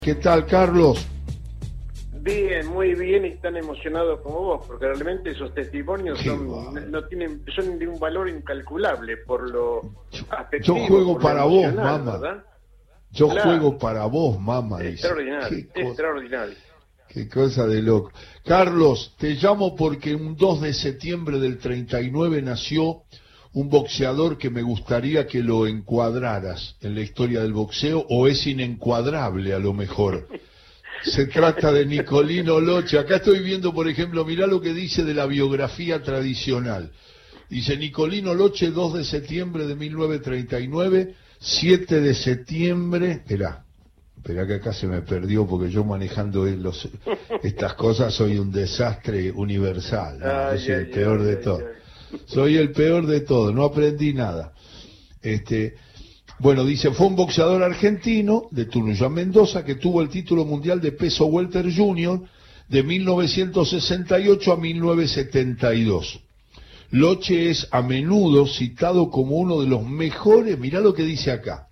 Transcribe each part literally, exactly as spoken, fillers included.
¿Qué tal, Carlos? Bien, muy bien, y tan emocionado como vos, porque realmente esos testimonios son, no, no tienen, son de un valor incalculable por lo afectivo. Yo juego por para lo vos, mamá. ¿verdad? Yo Claro. juego para vos, mamá, dice. Extraordinario, Qué extraordinario. Qué cosa de loco. Carlos, te llamo porque un dos de septiembre del treinta y nueve nació un boxeador que me gustaría que lo encuadraras en la historia del boxeo, o es inencuadrable a lo mejor. Se trata de Nicolino Loche. Acá estoy viendo, por ejemplo, mirá lo que dice de la biografía tradicional. Dice Nicolino Loche, dos de septiembre de mil novecientos treinta y nueve, siete de septiembre... Esperá, esperá que acá se me perdió porque yo manejando los, estas cosas soy un desastre universal. ¿No? Ay, Yo soy ay, el peor ay, de ay, todo. ay. Soy el peor de todo, no aprendí nada. Este... Bueno, dice, fue un boxeador argentino de Tunuyán, Mendoza, que tuvo el título mundial de peso welter junior de mil novecientos sesenta y ocho a mil novecientos setenta y dos. Loche es a menudo citado como uno de los mejores, mirá lo que dice acá,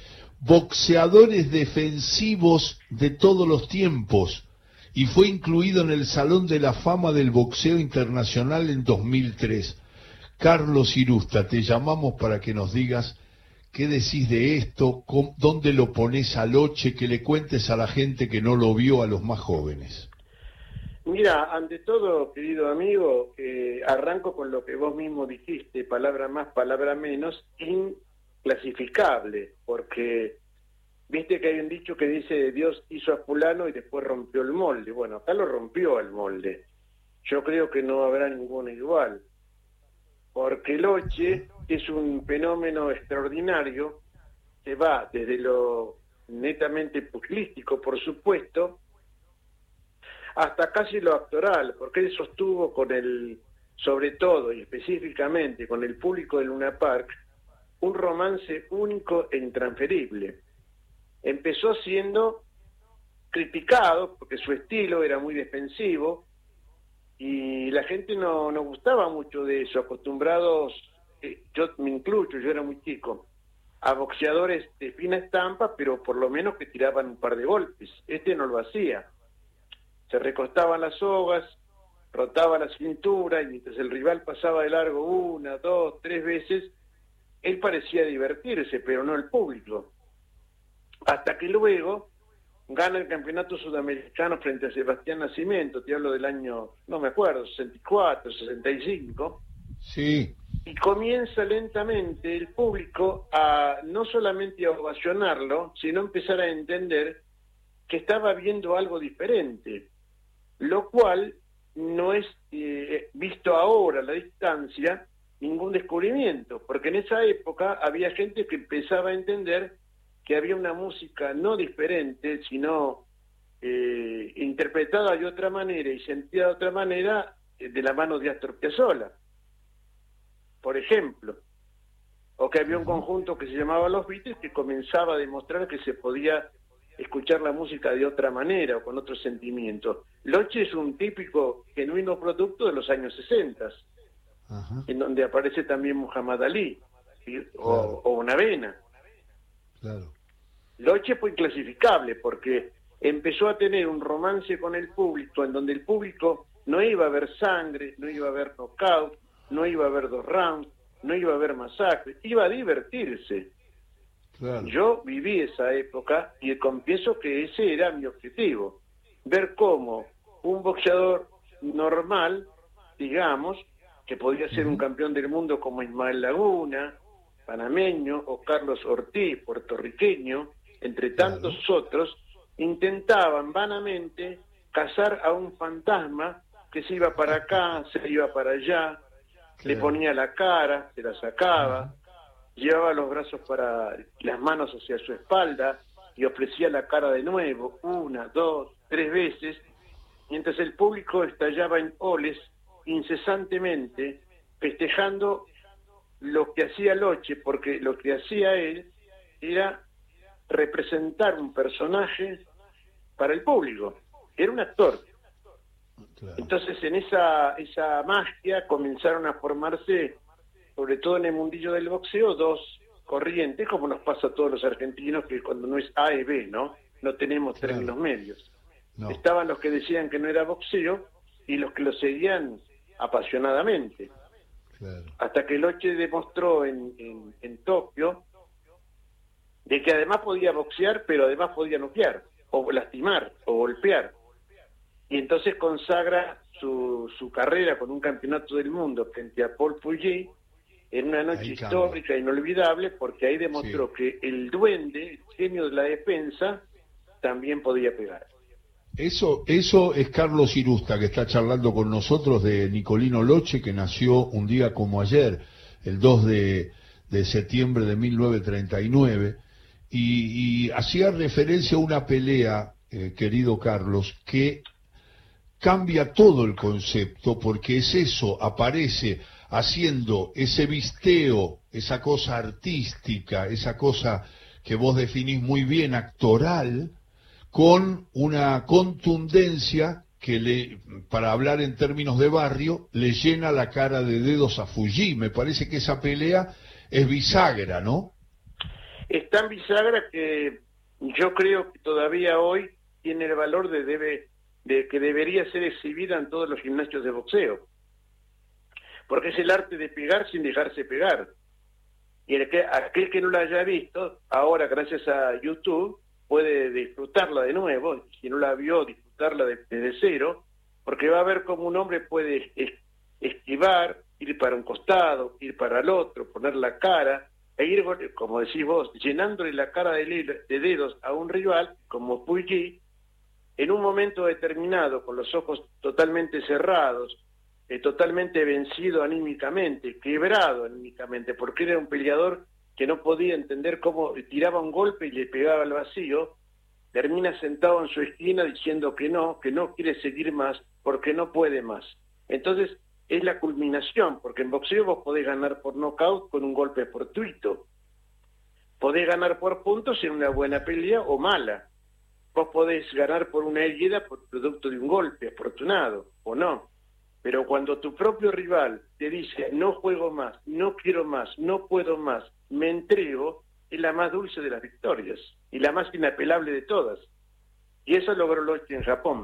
boxeadores defensivos de todos los tiempos, y fue incluido en el Salón de la Fama del Boxeo Internacional en dos mil tres. Carlos Irusta, te llamamos para que nos digas ¿qué decís de esto? ¿Dónde lo pones a Loche? Que le cuentes a la gente que no lo vio, a los más jóvenes. Mira, ante todo, querido amigo, eh, arranco con lo que vos mismo dijiste, palabra más, palabra menos, inclasificable, porque viste que hay un dicho que dice Dios hizo a fulano y después rompió el molde. Bueno, acá lo rompió el molde. Yo creo que no habrá ninguno igual, porque Loche es un fenómeno extraordinario que va desde lo netamente pugilístico, por supuesto, hasta casi lo actoral, porque él sostuvo con el, sobre todo y específicamente con el público de Luna Park, un romance único e intransferible. Empezó siendo criticado porque su estilo era muy defensivo y la gente no, no gustaba mucho de eso, acostumbrados, yo me incluyo, yo era muy chico, a boxeadores de fina estampa, pero por lo menos que tiraban un par de golpes. Este no lo hacía. Se recostaban las sogas, rotaba la cintura, y mientras el rival pasaba de largo una, dos, tres veces, él parecía divertirse, pero no el público. Hasta que luego gana el campeonato sudamericano frente a Sebastián Nascimento, te hablo del año, no me acuerdo, sesenta y cuatro, sesenta y cinco. Sí. Y comienza lentamente el público a no solamente a ovacionarlo, sino a empezar a entender que estaba viendo algo diferente, lo cual no es, eh, visto ahora a la distancia, ningún descubrimiento, porque en esa época había gente que empezaba a entender que había una música no diferente, sino eh, interpretada de otra manera y sentida de otra manera, eh, de la mano de Astor Piazzolla, por ejemplo, o que había un conjunto que se llamaba Los Beatles que comenzaba a demostrar que se podía escuchar la música de otra manera o con otro sentimiento. Loche es un típico, genuino producto de los años sesenta, Ajá. en donde aparece también Muhammad Ali, ¿sí? o, claro. o una vena. Claro. Loche fue inclasificable porque empezó a tener un romance con el público, en donde el público no iba a ver sangre, no iba a ver knockout, no iba a haber dos rounds, no iba a haber masacre, iba a divertirse. Claro. Yo viví esa época y confieso que ese era mi objetivo, ver cómo un boxeador normal, digamos, que podía ser un campeón del mundo como Ismael Laguna, panameño, o Carlos Ortiz, puertorriqueño, entre tantos claro. otros, intentaban vanamente cazar a un fantasma que se iba para acá, se iba para allá, le ponía la cara, se la sacaba, llevaba los brazos para las manos hacia su espalda y ofrecía la cara de nuevo, una, dos, tres veces, mientras el público estallaba en oles incesantemente, festejando lo que hacía Loche, porque lo que hacía él era representar un personaje para el público, era un actor. Claro. Entonces en esa esa magia comenzaron a formarse, sobre todo en el mundillo del boxeo, dos corrientes, como nos pasa a todos los argentinos, que cuando no es A es B, ¿no? no tenemos Claro. términos medios. No. Estaban los que decían que no era boxeo y los que lo seguían apasionadamente. Claro. Hasta que Loche demostró en, en, en Tokio de que además podía boxear, pero además podía noquear, o lastimar, o golpear. Y entonces consagra su, su carrera con un campeonato del mundo frente a Paul Puyi en una noche Ahí histórica, cambia. inolvidable, porque ahí demostró Sí. que el duende, el genio de la defensa, también podía pegar. Eso, eso es Carlos Irusta, que está charlando con nosotros, de Nicolino Loche, que nació un día como ayer, el dos de, de septiembre de mil novecientos treinta y nueve, y, y hacía referencia a una pelea, eh, querido Carlos, que cambia todo el concepto, porque es eso, aparece haciendo ese visteo, esa cosa artística, esa cosa que vos definís muy bien, actoral, con una contundencia que, le, para hablar en términos de barrio, le llena la cara de dedos a Fuji. Me parece que esa pelea es bisagra, ¿no? Es tan bisagra que yo creo que todavía hoy tiene el valor de, debe, de que debería ser exhibida en todos los gimnasios de boxeo. Porque es el arte de pegar sin dejarse pegar. Y el que, aquel que no la haya visto, ahora gracias a YouTube, puede disfrutarla de nuevo, si no la vio, disfrutarla de- desde cero, porque va a ver cómo un hombre puede es- esquivar, ir para un costado, ir para el otro, poner la cara, e ir, como decís vos, llenándole la cara de, le- de dedos a un rival, como Puyi, en un momento determinado, con los ojos totalmente cerrados, eh, totalmente vencido anímicamente, quebrado anímicamente, porque era un peleador que no podía entender cómo tiraba un golpe y le pegaba al vacío, termina sentado en su esquina diciendo que no, que no quiere seguir más, porque no puede más. Entonces, es la culminación, porque en boxeo vos podés ganar por nocaut con un golpe fortuito, podés ganar por puntos en una buena pelea o mala, vos podés ganar por una herida por producto de un golpe afortunado, o no. Pero cuando tu propio rival te dice, no juego más, no quiero más, no puedo más, me entrego, es la más dulce de las victorias y la más inapelable de todas. Y eso logró Loche en Japón.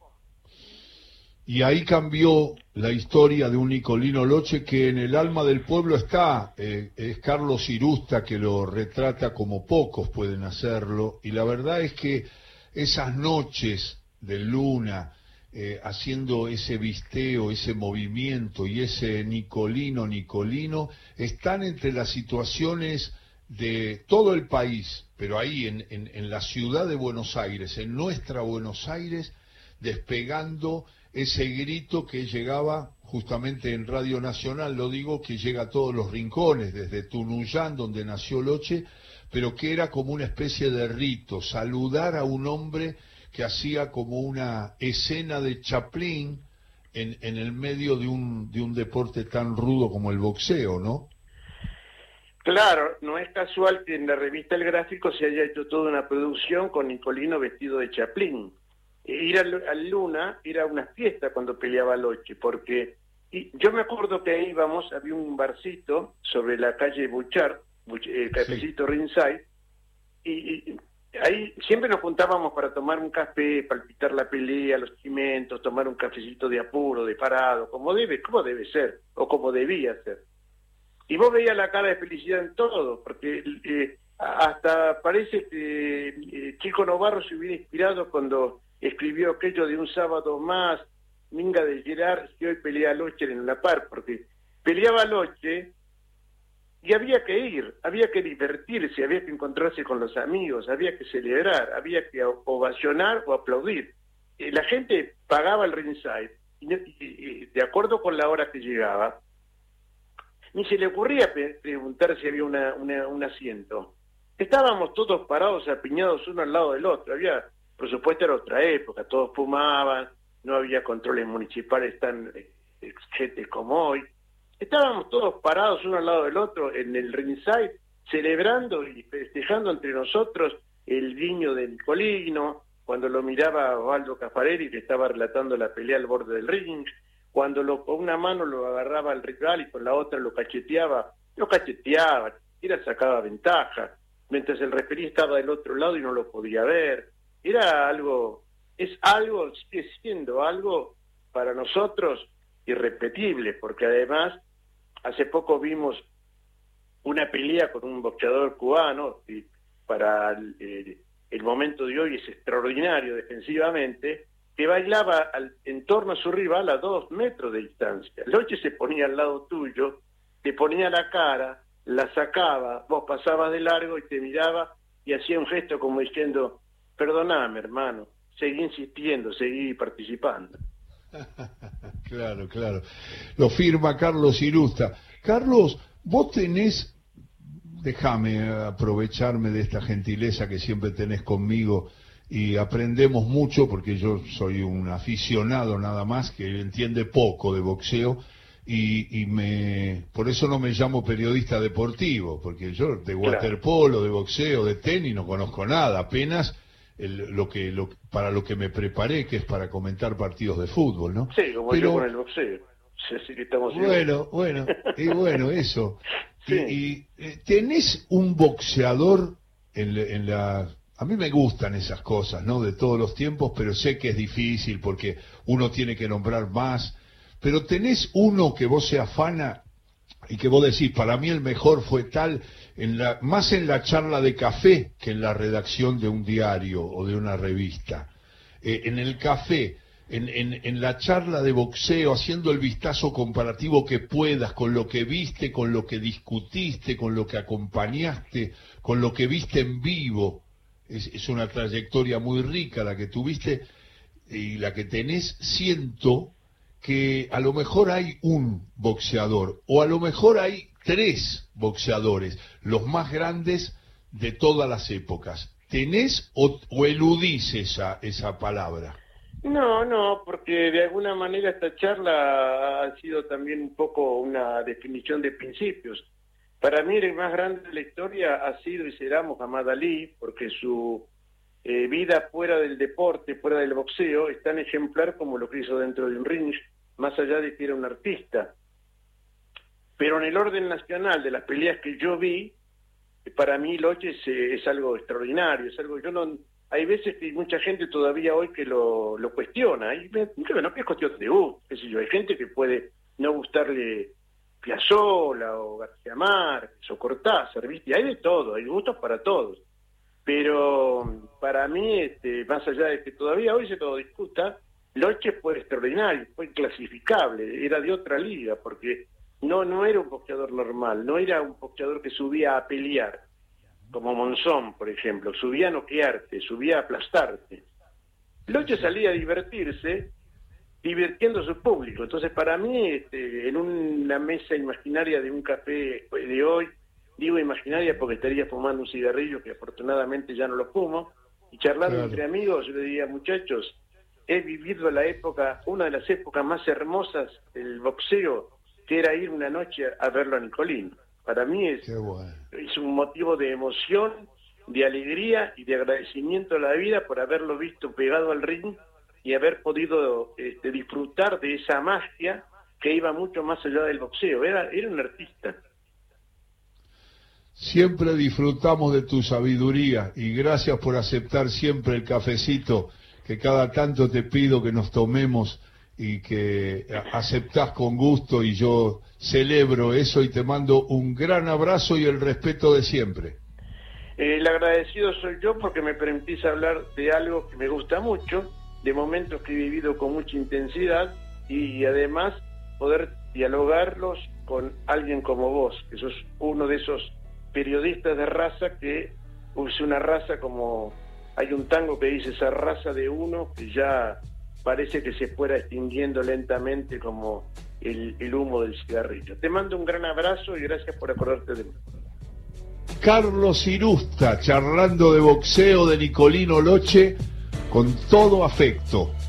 Y ahí cambió la historia de un Nicolino Loche que en el alma del pueblo está. Eh, es Carlos Irusta que lo retrata como pocos pueden hacerlo. Y la verdad es que esas noches de luna, eh, haciendo ese visteo, ese movimiento y ese Nicolino, Nicolino, están entre las situaciones de todo el país, pero ahí en, en, en la ciudad de Buenos Aires, en nuestra Buenos Aires, despegando ese grito que llegaba justamente en Radio Nacional, lo digo, que llega a todos los rincones, desde Tunuyán, donde nació Loche, pero que era como una especie de rito, saludar a un hombre que hacía como una escena de Chaplin en, en el medio de un, de un deporte tan rudo como el boxeo, ¿no? Claro, no es casual que en la revista El Gráfico se haya hecho toda una producción con Nicolino vestido de Chaplin. Ir al, al Luna era una fiesta cuando peleaba Loche, porque y yo me acuerdo que ahí íbamos, había un barcito sobre la calle Bouchard, el cafecito sí. Ringside, y, y ahí siempre nos juntábamos para tomar un café, palpitar la pelea, los cimentos, tomar un cafecito de apuro, de parado, como debe, como debe ser, o como debía ser. Y vos veías la cara de felicidad en todo, porque eh, hasta parece que eh, Chico Novarro se hubiera inspirado cuando escribió aquello de un sábado más, Minga de Gerard, que hoy pelea a Loche en una par, porque peleaba a Loche y había que ir, había que divertirse, había que encontrarse con los amigos, había que celebrar, había que ovacionar o aplaudir. Eh, la gente pagaba el ringside, y, y, y de acuerdo con la hora que llegaba, ni se le ocurría pe- preguntar si había una, una, un asiento. Estábamos todos parados, apiñados uno al lado del otro. Había, por supuesto, era otra época, todos fumaban, no había controles municipales tan exigentes como hoy. Estábamos todos parados uno al lado del otro en el ringside, celebrando y festejando entre nosotros el guiño de Nicolino, cuando lo miraba Osvaldo Caffarelli, que estaba relatando la pelea al borde del ring, cuando lo, con una mano lo agarraba al rival y con la otra lo cacheteaba, lo cacheteaba, era sacaba ventaja, mientras el referí estaba del otro lado y no lo podía ver. era algo, es algo, sigue siendo algo para nosotros irrepetible, porque además hace poco vimos una pelea con un boxeador cubano, y para el, el, el momento de hoy es extraordinario defensivamente, que bailaba al, en torno a su rival a dos metros de distancia. Loche se ponía al lado tuyo, te ponía la cara, la sacaba, vos pasabas de largo y te miraba y hacía un gesto como diciendo, perdoname hermano, seguí insistiendo, seguí participando. Claro, claro. Lo firma Carlos Irusta. Carlos, vos tenés, déjame aprovecharme de esta gentileza que siempre tenés conmigo, y aprendemos mucho porque yo soy un aficionado nada más que entiende poco de boxeo, y, y me por eso no me llamo periodista deportivo, porque yo de waterpolo, de boxeo, de tenis no conozco nada, apenas el, lo que lo, para lo que me preparé, que es para comentar partidos de fútbol, ¿no? Sí, como Pero, yo con el boxeo. Sí, sí que estamos bueno, bueno, y bueno, eso. Sí. Y, y tenés un boxeador en, en la... A mí me gustan esas cosas, ¿no? De todos los tiempos, pero sé que es difícil porque uno tiene que nombrar más. Pero tenés uno que vos se afana y que vos decís, para mí el mejor fue tal, en la, más en la charla de café que en la redacción de un diario o de una revista. Eh, en el café, en, en, en la charla de boxeo, haciendo el vistazo comparativo que puedas con lo que viste, con lo que discutiste, con lo que acompañaste, con lo que viste en vivo. Es, es una trayectoria muy rica la que tuviste y la que tenés. Siento que a lo mejor hay un boxeador, o a lo mejor hay tres boxeadores, los más grandes de todas las épocas. ¿Tenés o, o eludís esa, esa palabra? No, no, porque de alguna manera esta charla ha sido también un poco una definición de principios. Para mí el más grande de la historia ha sido y será Muhammad Ali, porque su eh, vida fuera del deporte, fuera del boxeo, es tan ejemplar como lo que hizo dentro de un ring, más allá de que era un artista. Pero en el orden nacional de las peleas que yo vi, para mí Loche es, es algo extraordinario, es algo yo no... Hay veces que hay mucha gente todavía hoy que lo, lo cuestiona, y bueno, que es cuestión de gusto, qué sé yo, hay gente que puede no gustarle Piazzolla o García Márquez o Cortázar, ¿viste? Hay de todo, hay gustos para todos. Pero para mí, este, más allá de que todavía hoy se lo discuta, Loche fue extraordinario, fue inclasificable, era de otra liga, porque no, no era un boxeador normal, no era un boxeador que subía a pelear, como Monzón, por ejemplo, subía a noquearte, subía a aplastarte. Loche salía a divertirse, divirtiendo a su público. Entonces, para mí, este, en una mesa imaginaria de un café de hoy, digo imaginaria porque estaría fumando un cigarrillo, que afortunadamente ya no lo fumo, y charlando claro. entre amigos, yo le diría, muchachos, he vivido la época, una de las épocas más hermosas del boxeo, que era ir una noche a verlo a Nicolino. Para mí es, bueno. es un motivo de emoción, de alegría y de agradecimiento a la vida por haberlo visto pegado al ring y haber podido este, disfrutar de esa magia que iba mucho más allá del boxeo. Era, era un artista. Siempre disfrutamos de tu sabiduría y gracias por aceptar siempre el cafecito que cada tanto te pido que nos tomemos y que aceptás con gusto, y yo celebro eso y te mando un gran abrazo y el respeto de siempre. El agradecido soy yo porque me permitís hablar de algo que me gusta mucho, de momentos que he vivido con mucha intensidad y además poder dialogarlos con alguien como vos, que sos uno de esos periodistas de raza que use una raza como... Hay un tango que dice esa raza de uno que ya parece que se fuera extinguiendo lentamente como el, el humo del cigarrillo. Te mando un gran abrazo y gracias por acordarte de mí. Carlos Irusta, charlando de boxeo de Nicolino Loche con todo afecto.